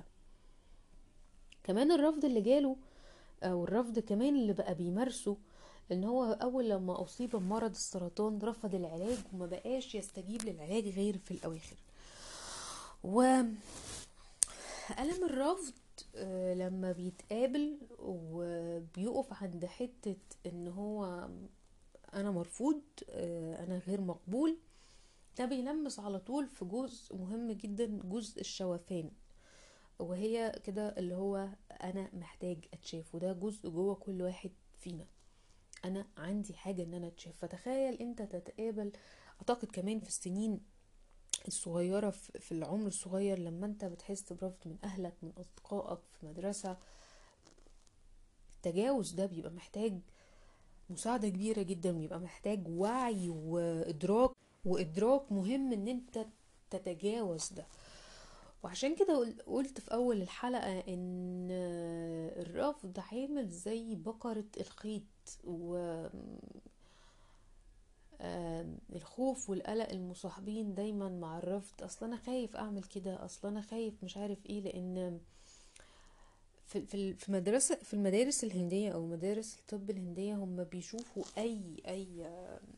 A: كمان الرفض اللي جاله او الرفض كمان اللي بقى بيمارسه، ان هو اول لما اصيب بمرض السرطان رفض العلاج وما بقاش يستجيب للعلاج غير في الاواخر. وألم الرفض آه، لما بيتقابل وبيقف عند حتة ان هو انا مرفوض، آه، انا غير مقبول، ده بيلمس على طول في جزء مهم جدا، جزء الشوفان، وهي كده اللي هو انا محتاج اتشاف، وده جزء جوه كل واحد فينا. انا عندي حاجة ان انا اتشاف. فتخيل انت تتقابل، اعتقد كمان في السنين الصغيرة في في العمر الصغير، لما انت بتحس برفض من اهلك من اصدقائك في مدرسة، التجاوز ده بيبقى محتاج مساعدة كبيرة جدا، بيبقى محتاج وعي وادراك وادراك مهم ان انت تتجاوز ده. وعشان كده قل- قلت في اول الحلقة ان الرفض عامل زي بقرة الخيط، و آم، الخوف والقلق المصاحبين دايما مع الرفض. اصلا انا خايف اعمل كده، اصلا انا خايف مش عارف ايه، لان في في في مدرسة في المدارس الهندية او مدارس الطب الهندية هم بيشوفوا اي اي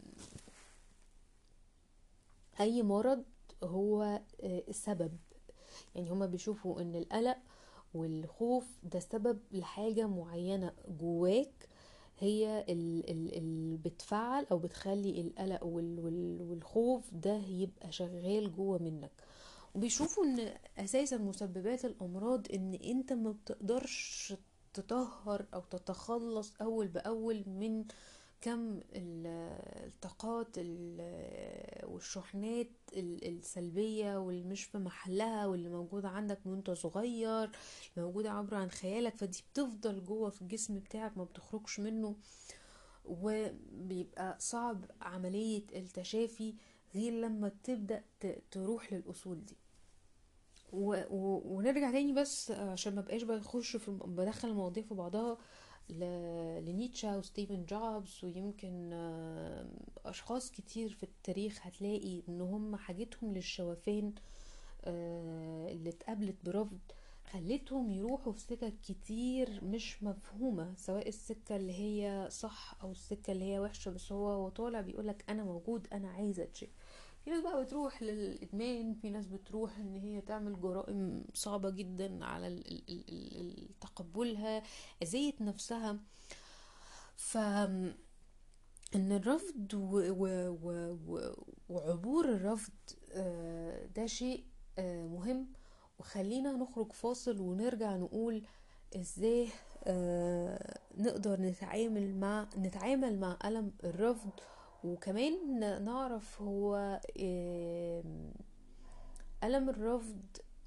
A: اي مرض هو آه، السبب. يعني هما بيشوفوا ان القلق والخوف ده سبب لحاجة معينة جواك، هي اللي بتفعل او بتخلي القلق وال- وال- والخوف ده يبقى شغال جوه منك. وبيشوفوا ان اساسا مسببات الامراض ان انت ما بتقدرش تطهر او تتخلص اول باول من كم ال- الطاقات ال- والشحنات ال- السلبية واللي مش في محلها واللي موجودة عندك من وانت صغير، اللي موجودة عبر عن خيالك، فدي بتفضل جوه في الجسم بتاعك ما بتخرجش منه، وبيبقى صعب عملية التشافي غير لما تبدأ ت- تروح للأصول دي. و... و... ونرجع تاني بس عشان ما بقاش بخش في الم- بدخل المواضيع في بعضها، ل... لنيتشه وستيفن جوبز، ويمكن آه، اشخاص كتير في التاريخ هتلاقي ان هم حاجتهم للشوفان آه، اللي اتقابلت برفض خلتهم يروحوا في سكك كتير مش مفهومة، سواء السكة اللي هي صح او السكة اللي هي وحشة، بس هو هو طالع بيقولك انا موجود، انا عايزة اتشيء. في ناس بقى بتروح للإدمان، في ناس بتروح ان هي تعمل جرائم صعبة جدا على ال- ال- ال- ال- ال- تقبلها، أذية نفسها. فإن الرفض و و و و وعبور الرفض آه، ده شيء آه، مهم. وخلينا نخرج فاصل ونرجع نقول ازاي آه، نقدر نتعامل مع نتعامل مع ألم الرفض، وكمان نعرف هو آم، ألم الرفض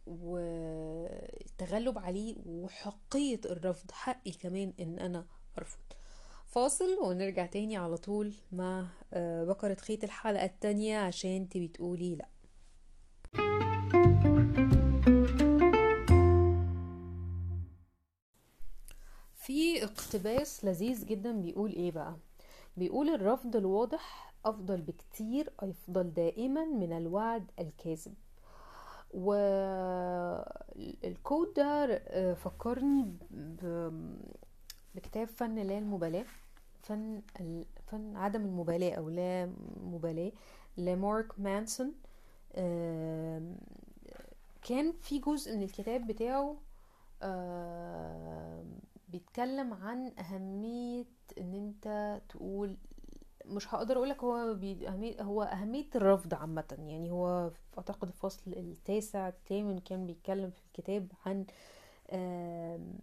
A: والتغلب عليه وحقية الرفض، حقي كمان ان انا ارفض. فاصل ونرجع تاني على طول مع آه، بقرة خيط الحلقة التانية، عشان انت بتقولي لا. في اقتباس لذيذ جدا بيقول ايه بقى؟ بيقول الرفض الواضح افضل بكتير، افضل دائما من الوعد الكاذب. والكود ده آه، فكرني ب- بكتاب فن لا المبالاة، فن ال- فن عدم المبالاة او لا مبالاة لمارك مانسون. آم، كان في جزء من الكتاب بتاعه آم، بيتكلم عن أهمية ان انت تقول، مش هقدر اقولك هو بي... أهمية هو أهمية الرفض عامة. يعني هو في- اعتقد الفصل التاسع الثامن كان بيتكلم في الكتاب عن آم،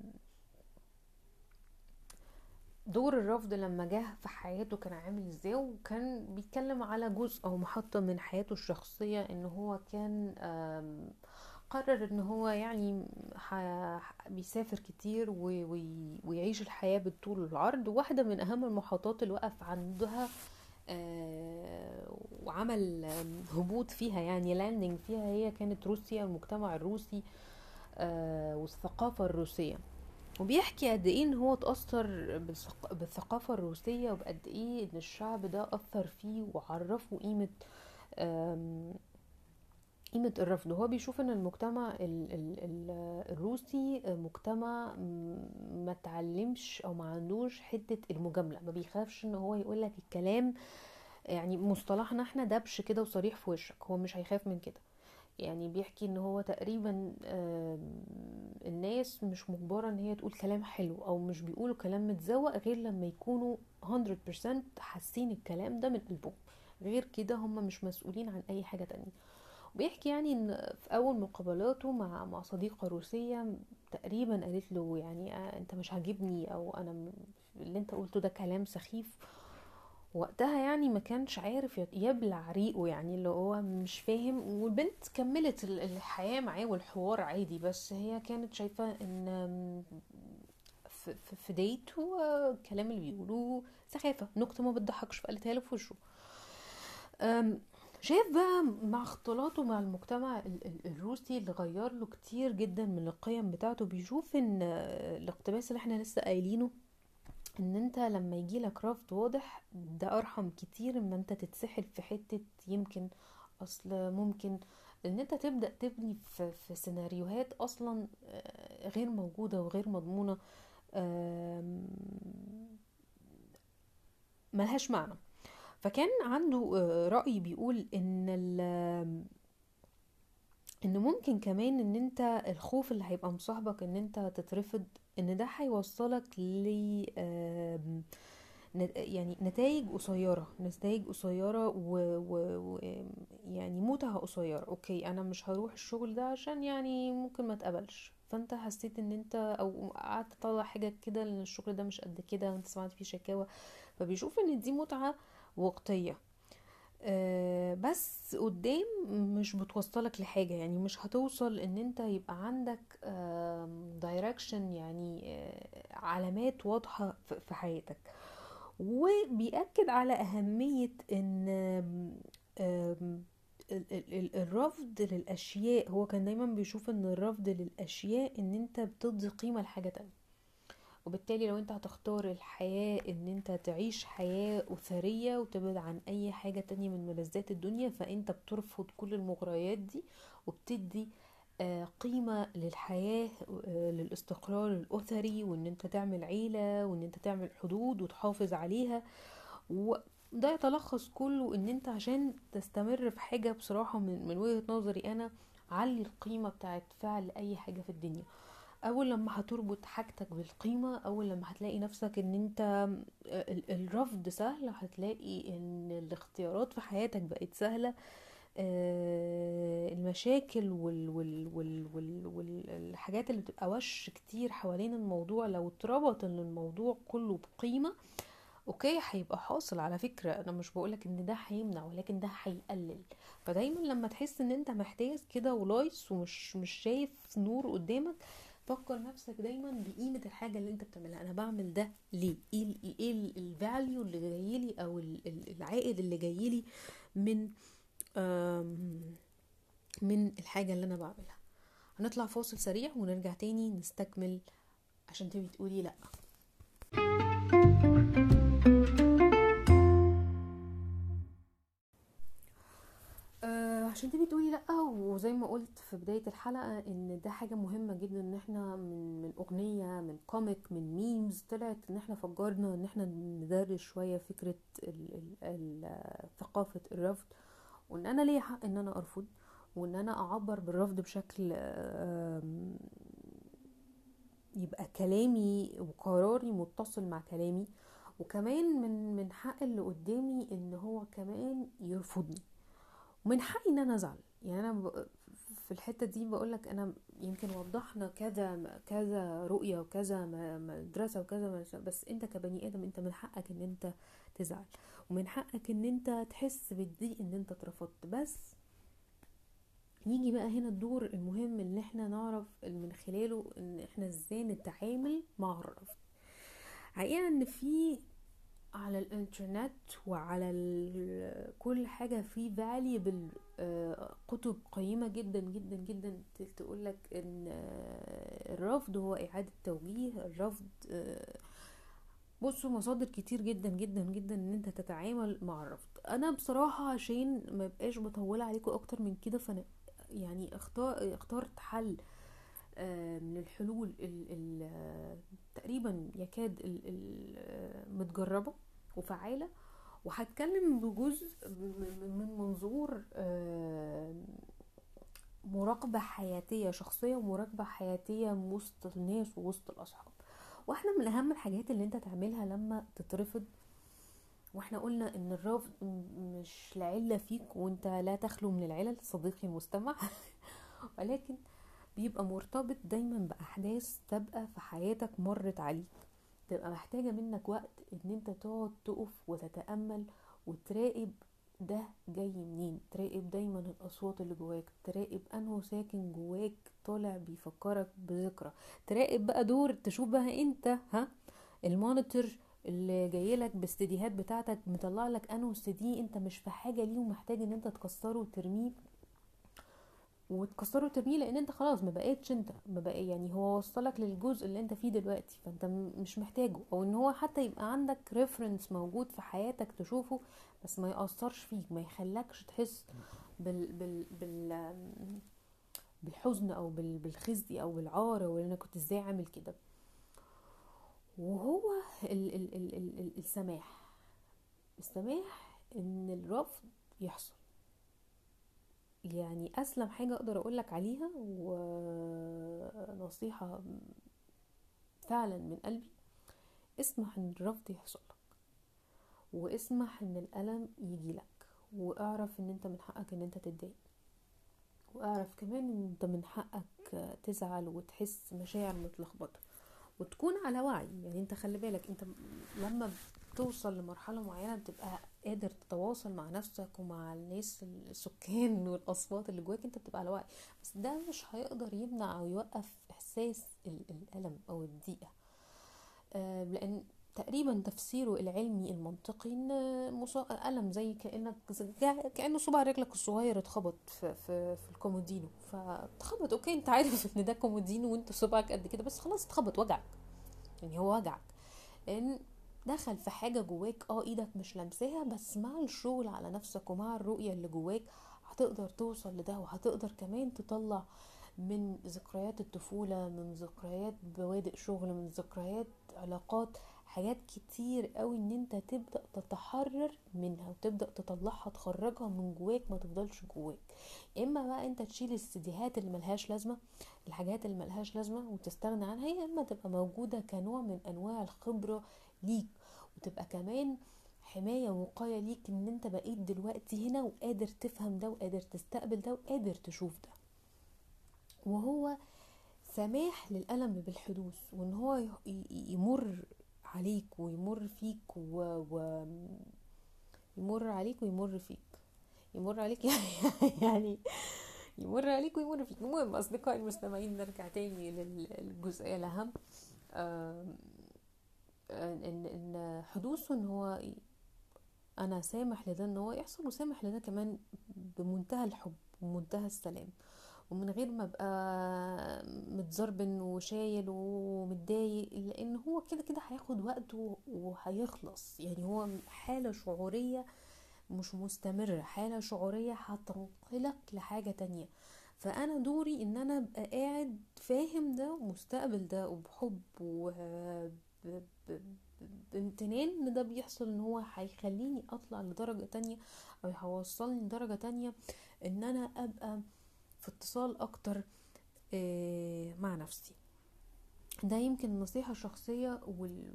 A: دور الرفض لما جه في حياته كان عامل ازاي، وكان بيتكلم على جزء او محطة من حياته الشخصية، ان هو كان آم، قرر ان هو يعني ح- بيسافر كتير و- وي- ويعيش الحياة بالطول والعرض. واحدة من اهم المحطات اللي وقف عندها آه، وعمل آم، هبوط فيها، يعني لاندنج فيها، هي كانت روسيا، المجتمع الروسي آه، والثقافة الروسية. وبيحكي قد ايه ان هو اتأثر بالثق- بالثقافة الروسية، وبقد ايه ان الشعب ده أثر فيه وعرفه قيمة آم، قيمة الرفض. وهو بيشوف ان المجتمع ال ال ال الروسي مجتمع م- ما تعلمش او ما عندوش حتة المجاملة، ما بيخافش ان هو يقولك الكلام، يعني مصطلحنا احنا دبش كده وصريح في وشك، هو مش هيخاف من كده. يعني بيحكي ان هو تقريبا آم، الناس مش مجبرة ان هي تقول كلام حلو، او مش بيقولوا كلام متزوق غير لما يكونوا مية بالمية حاسين الكلام ده من قلبهم، غير كده هم مش مسؤولين عن اي حاجة تانية. وبيحكي يعني ان في اول مقابلاته مع مع صديقة روسية تقريبا قالت له يعني آه انت مش عاجبني، او انا م- اللي انت قلته ده كلام سخيف. وقتها يعني ما كانش عارف يت- يبلع ريقه، يعني اللي هو مش فاهم. والبنت كملت ال- الحياة معاه والحوار عادي، بس هي كانت شايفة ان في, في, في ديت هو الكلام اللي بيقولوه سخافة، نكتة ما بتضحكش، فقالتها له في وشه. أم، شايف بقى مع اختلاطه مع المجتمع ال- ال- الروسي اللي غير له كتير جدا من القيم بتاعته، بيشوف ان آه، الاقتباس اللي احنا لسه قايلينه، ان انت لما يجيلك رفض واضح ده ارحم كتير من انت تتسحل في حتة يمكن، اصل ممكن ان انت تبدأ تبني في, في سيناريوهات اصلا آه، غير موجودة وغير مضمونة، آم، ملهاش معنى. فكان عنده آه، رأي بيقول ان ال- ان ممكن كمان ان انت الخوف اللي هيبقى مصاحبك ان انت تترفض، ان ده هيوصلك ل آم، نت- يعني نتائج قصيرة، نتائج قصيرة و... و... و... يعني متعة قصيرة. اوكي انا مش هروح الشغل ده عشان يعني ممكن ما تقبلش، فانت حسيت ان انت او قعدت تطلع حاجة كده لان الشغل ده مش قد كده وانت سمعت فيه شكاوى، فبيشوف ان دي متعة وقتية. آه، بس قدام مش بتوصلك لحاجة، يعني مش هتوصل ان انت يبقى عندك دايركشن، يعني آه، علامات واضحة في في حياتك. وبيأكد على أهمية ان آم، آم، ال- ال- ال- الرفض للأشياء. هو كان دايما بيشوف ان الرفض للأشياء ان انت بتدي قيمة لحاجة تانية. وبالتالي لو انت هتختار الحياة ان انت تعيش حياة أسرية وتبعد عن اي حاجة تانية من ملذات الدنيا، فانت بترفض كل المغريات دي، وبتدي آه، قيمة للحياة، آه، للاستقرار الأسري، وان انت تعمل عيلة، وان انت تعمل حدود وتحافظ عليها. وده يتلخص كله ان انت عشان تستمر في حاجة، بصراحة من, من وجهة نظري انا، علي القيمة بتاعت فعل اي حاجة في الدنيا. اول لما هتربط حاجتك بالقيمة، اول لما هتلاقي نفسك ان انت ال- الرفض سهل، هتلاقي ان الاختيارات في حياتك بقت سهلة. آه، المشاكل وال وال وال وال والحاجات اللي بتبقى وش كتير حوالين الموضوع، لو اتربط ان الموضوع كله بقيمة، اوكي هيبقى حاصل. على فكرة انا مش بقولك ان ده هيمنع، ولكن ده هيقلل. فدايما لما تحس ان انت محتاج كده ولايس ومش مش شايف نور قدامك، فكر نفسك دايما بقيمة الحاجة اللي انت بتعملها. انا بعمل ده ليه؟ ايه ال ايه الفاليو اللي جايلي، او ال- ال- العائد اللي جايلي من آم، من الحاجة اللي انا بعملها. هنطلع فاصل سريع ونرجع تاني نستكمل، عشان تبي تقولي لا. أه عشان تبي تقولي لأ. وزي ما قلت في بداية الحلقة ان ده حاجة مهمة جدا، ان احنا من من اغنية، من كوميك، من ميمز، طلعت ان احنا فجرنا ان احنا ندرس شوية فكرة ال ال ال ثقافة الرفض، وان انا ليا حق ان انا ارفض، وان انا اعبر بالرفض بشكل آم، يبقى كلامي وقراري متصل مع كلامي. وكمان من من حق اللي قدامي ان هو كمان يرفضني، ومن حقي ان انا ازعل. يعني انا ب- في الحته دي بقولك، انا يمكن وضحنا كذا كذا رؤيه وكذا م- مدرسه وكذا مدرسة، بس انت كبني ادم انت من حقك ان انت تزعل، ومن حقك ان انت تحس بالضيق ان انت اترفضت. بس يجي بقى هنا الدور المهم اللي احنا نعرف من خلاله ان احنا ازاي نتعامل مع الرفض. حقيقة ان في على الانترنت وعلى ال- كل حاجة في valuable آه، كتب قيمة جدا جدا جدا تقولك ان آه، الرفض هو اعادة توجيه. الرفض آه، بصوا مصادر كتير جدا جدا جدا ان انت تتعامل مع الرفض. انا بصراحة عشان ما بقاش بطولة عليكم اكتر من كده، فانا يعني اختار اخترت حل آه، من الحلول ال ال آه، تقريبا يكاد ال- ال- آه، متجربة وفعالة. وهتكلم بجزء من من منظور آه، مراقبة حياتية شخصية، ومراقبة حياتية وسط الناس ووسط الأصحاب. واحنا من أهم الحاجات اللي انت تعملها لما تترفض، واحنا قلنا ان الرفض م- مش لعلة فيك، وانت لا تخلو من العلل صديقي المستمع ولكن بيبقى مرتبط دايما بأحداث تبقى في حياتك مرت عليك، تبقى محتاجة منك وقت ان انت تقعد تقف وتتأمل وتراقب ده جاي منين. تراقب دايما الأصوات اللي جواك، تراقب انه ساكن جواك طالع بيفكرك بذكرى. تراقب بقى دور تشوف بقى انت ها المونيتور اللي جايلك باستديهات بتاعتك مطلع لك انه استدي انت مش في حاجة ليه ومحتاج ان انت تكسره وترميه، وتكسره وترميه، لان انت خلاص ما بقيتش انت، ما بقى يعني هو وصلك للجزء اللي انت فيه دلوقتي، فانت م- مش محتاجه. او ان هو حتى يبقى عندك ريفرنس موجود في حياتك تشوفه، بس ما يأثرش فيك، ما يخلكش تحس بال بال بال بالحزن او بال بالخزي او بالعار، او انا كنت ازاي عامل كده. وهو ال ال ال ال ال السماح. السماح ان الرفض يحصل. يعني اسلم حاجة اقدر اقولك عليها ونصيحة فعلا من قلبي، اسمح ان الرفض يحصل لك، واسمح ان الالم يجي لك، واعرف ان انت من حقك ان انت تتضايق، واعرف كمان ان انت من حقك تزعل وتحس مشاعر متلخبطة، وتكون على وعي. يعني انت خلي بالك، انت لما بتوصل لمرحلة معينة بتبقى قادر تتواصل مع نفسك ومع الناس السكان والاصوات اللي جواك، انت بتبقى على وعي. بس ده مش هيقدر يمنع او يوقف احساس ال- الالم او الضيقة. آه، لان تقريبا تفسيره العلمي المنطقي ان مصا- الم زي كانك زي- كانه صباع رجلك الصغير اتخبط في في, في الكومودينو، فاتخبط. اوكي، انت عارف ان ده كومودينو وانت صبعك قد كده، بس خلاص اتخبط، وجعك. يعني هو وجعك لان دخل في حاجة جواك، اه ايدك مش لمساها، بس مع الشغل على نفسك ومع الرؤية اللي جواك هتقدر توصل لده، وهتقدر كمان تطلع من ذكريات الطفولة، من ذكريات بوادئ شغل، من ذكريات علاقات، حاجات كتير قوي ان انت تبدأ تتحرر منها وتبدأ تطلعها، تخرجها من جواك، ما تفضلش جواك. اما بقى انت تشيل السيديهات اللي ملهاش لازمة، الحاجات اللي ملهاش لازمة وتستغنى عنها، يا اما تبقى موجودة كنوع من انواع الخبرة ليك، وتبقى كمان حماية ووقاية ليك، ان انت بقيت دلوقتي هنا وقادر تفهم ده وقادر تستقبل ده وقادر تشوف ده. وهو سماح للألم بالحدوث، وان هو ي- ي- يمر عليك ويمر فيك و... و... يمر عليك ويمر فيك، يمر عليك يعني يمر عليك ويمر فيك. المهم أصدقائي المستمعين، نرجع تاني لل- للجزئية الأهم. آم، ان ان حدوثه ان هو انا سامح لده ان هو يحصل، وسامح لده كمان بمنتهى الحب ومنتهى السلام، ومن غير ما ابقى متزربن وشايل ومتضايق، لان هو كده كده هياخد وقته وهيخلص. يعني هو حالة شعورية مش مستمرة، حالة شعورية هتنقلك لحاجة تانية. فانا دوري ان انا ابقى قاعد فاهم ده ومستقبل ده وبحب و ب- ب- بامتنان ان ده بيحصل، ان هو هيخليني اطلع لدرجة تانية او هيوصلني لدرجة تانية، ان انا ابقى في اتصال اكتر آه، مع نفسي. ده يمكن نصيحة شخصية وال...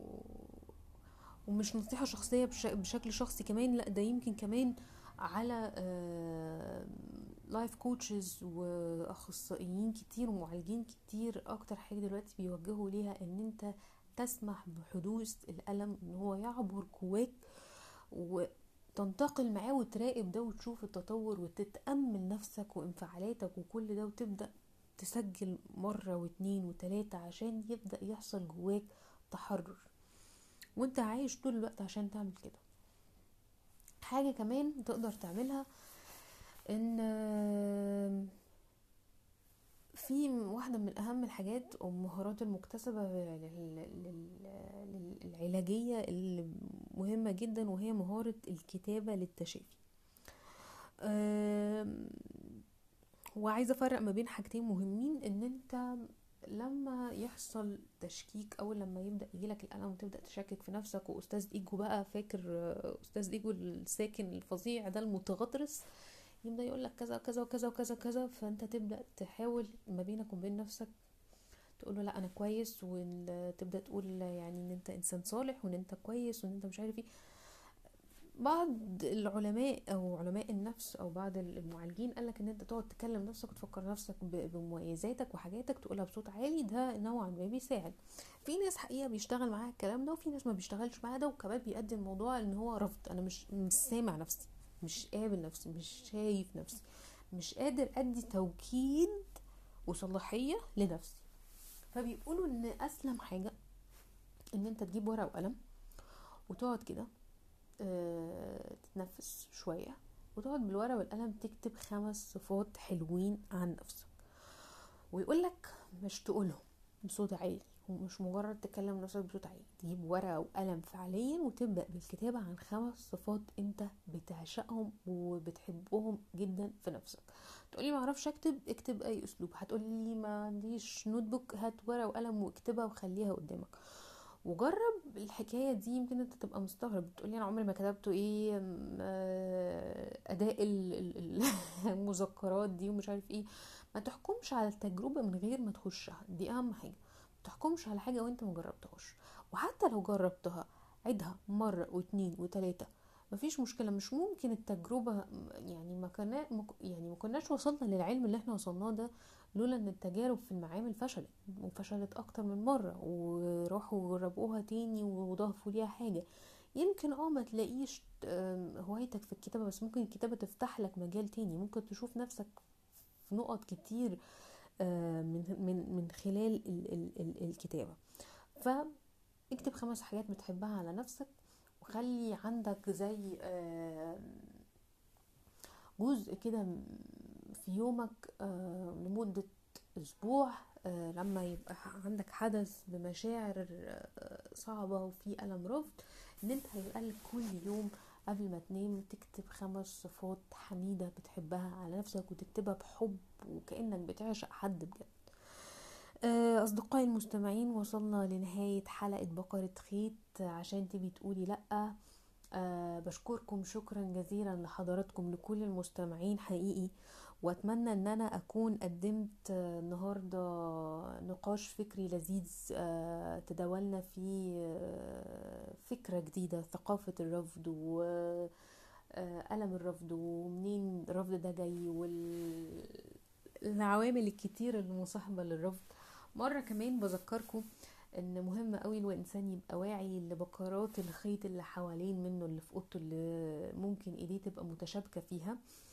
A: ومش نصيحة شخصية بش... بشكل شخصي كمان، لا ده يمكن كمان على لايف كوتشز واخصائيين كتير ومعالجين كتير. اكتر حاجة دلوقتي بيوجهوا ليها ان انت تسمح بحدوث الألم، ان هو يعبر جواك وتنتقل معاه وتراقب ده وتشوف التطور وتتأمل نفسك وانفعالاتك وكل ده، وتبدأ تسجل مرة واتنين وتلاتة عشان يبدأ يحصل جواك تحرر، وانت عايش طول الوقت عشان تعمل كده. حاجة كمان تقدر تعملها، ان في واحدة من اهم الحاجات او المهارات المكتسبة العلاجية اللي مهمة جدا، وهي مهارة الكتابة للتشافي. وعايزة افرق ما بين حاجتين مهمين، ان انت لما يحصل تشكيك او لما يبدا يجيلك الالم وتبدا تشكك في نفسك، واستاذ ايجو بقى فاكر استاذ ايجو الساكن الفظيع ده المتغطرس يبدا يقول لك كذا كذا وكذا وكذا كذا، فانت تبدا تحاول ما بينك وبين نفسك تقول له لا انا كويس، وتبدا تقول يعني ان انت انسان صالح وان انت كويس وان انت مش عارف ايه. بعض العلماء او علماء النفس او بعض المعالجين قالك ان انت تقعد تكلم نفسك وتفكر نفسك بمميزاتك وحاجاتك تقولها بصوت عالي، ده نوعا ما بيساعد. في ناس حقيقة بيشتغل معاها الكلام ده، وفي ناس ما بيشتغلش معاها ده، وكمان بيؤدي الموضوع ان هو رفض. انا مش مش سامع نفسي، مش قابل نفسي، مش شايف نفسي، مش قادر ادي توكيد وصلاحية لنفسي. فبيقولوا ان اسلم حاجة ان انت تجيب ورقة وقلم وتقعد كده اه تتنفس شوية، وتقعد بالورقة والقلم تكتب خمس صفات حلوين عن نفسك. ويقولك مش تقولهم بصوت عالي، ومش مجرد تكلم نفسك بصوت عالي، تجيب ورقة وقلم فعليا وتبدأ بالكتابة عن خمس صفات انت بتعشقهم وبتحبهم جدا في نفسك. تقولي ما اعرفش اكتب، اكتب اي اسلوب. هتقولي ما عنديش نوت بوك، هات ورقة وقلم واكتبها وخليها قدامك وجرب الحكايه دي. يمكن انت تبقى مستغرب، بتقولي انا عمري ما كتبته ايه اداء المذكرات دي ومش عارف ايه. ما تحكمش على التجربه من غير ما تخشها، دي اهم حاجه. ما تحكمش على حاجه وانت ما جربتهاش، وحتى لو جربتها عيدها مره واتنين وتلاته مفيش مشكلة. مش ممكن التجربة يعني ما كنا يعني ما كناش وصلنا للعلم اللي احنا وصلناه ده لولا ان التجارب في المعامل فشلت، وفشلت اكتر من مرة، وراحوا جربوها تاني وضافوا ليها حاجة. يمكن اه ما تلاقيش آم، هوايتك في الكتابة، بس ممكن الكتابة تفتح لك مجال تاني، ممكن تشوف نفسك في نقط كتير آه، من من من خلال ال ال ال الكتابة. فاكتب خمس حاجات بتحبها على نفسك، وخلي عندك زي آه، جزء كده في يومك آه، لمدة أسبوع، آه، لما يبقى عندك حدث بمشاعر آه، صعبة وفي ألم رفض، ان انت هيبقى لك كل يوم قبل ما تنام تكتب خمس صفات حميدة بتحبها على نفسك، وتكتبها بحب وكأنك بتعشق حد بجد. آه، أصدقائي المستمعين، وصلنا لنهاية حلقة بقرة خيط عشان تبي تقولي لأ. أه بشكركم شكرا جزيلا لحضراتكم، لكل المستمعين حقيقي، واتمنى ان انا اكون قدمت آه، النهاردة نقاش فكري لذيذ، أه تداولنا فيه آه، فكرة جديدة، ثقافة الرفض وألم الرفض، ومنين الرفض ده جاي، والعوامل الكتير المصاحبة للرفض. مرة كمان بذكركم ان مهم قوي الانسان يبقى واعي لبقرات الخيط اللي حوالين منه، اللي في اوضته، اللي ممكن ايديه تبقى متشابكه فيها.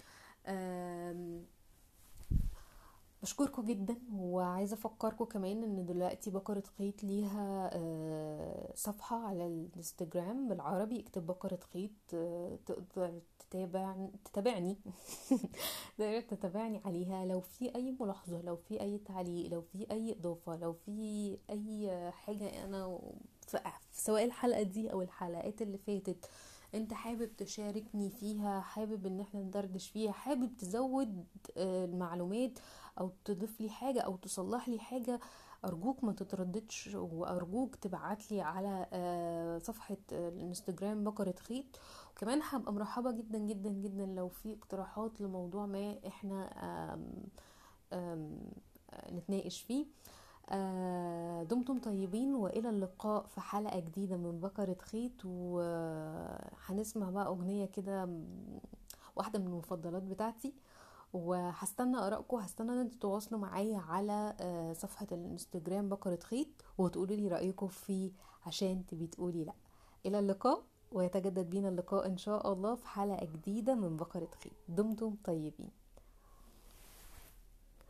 A: بشكركم جدا، وعايزه افكركم كمان ان دلوقتي بقرة خيط ليها آه، صفحه على الانستجرام بالعربي، اكتب بقرة خيط، آه، تقدر تتابع تتابعني تقدر تتابعني عليها. لو في اي ملاحظه، لو في اي تعليق، لو في اي اضافه، لو في اي حاجه انا ف- سواء الحلقه دي او الحلقات اللي فاتت انت حابب تشاركني فيها، حابب ان احنا ندردش فيها، حابب تزود آه، المعلومات او تضيف لي حاجة او تصلح لي حاجة، ارجوك ما تترددش، وارجوك تبعت لي على آه، صفحة آه، الانستجرام بقرة خيط. وكمان هبقى مرحبة جدا جدا جدا لو في اقتراحات لموضوع ما احنا آم آم نتناقش فيه. آه، دمتم طيبين، والى اللقاء في حلقة جديدة من بقرة خيط. وهنسمع بقى اغنية كده، واحدة من المفضلات بتاعتي، وهستنى ارائكم، هستنى ان انتوا تتواصلوا معايا على آه، صفحة الانستجرام بقرة خيط، وتقولوا لي رأيكم فيه عشان تبي تقولي لا. الى اللقاء، ويتجدد بينا اللقاء ان شاء الله في حلقة جديدة من بقرة خيط. دمتم طيبين.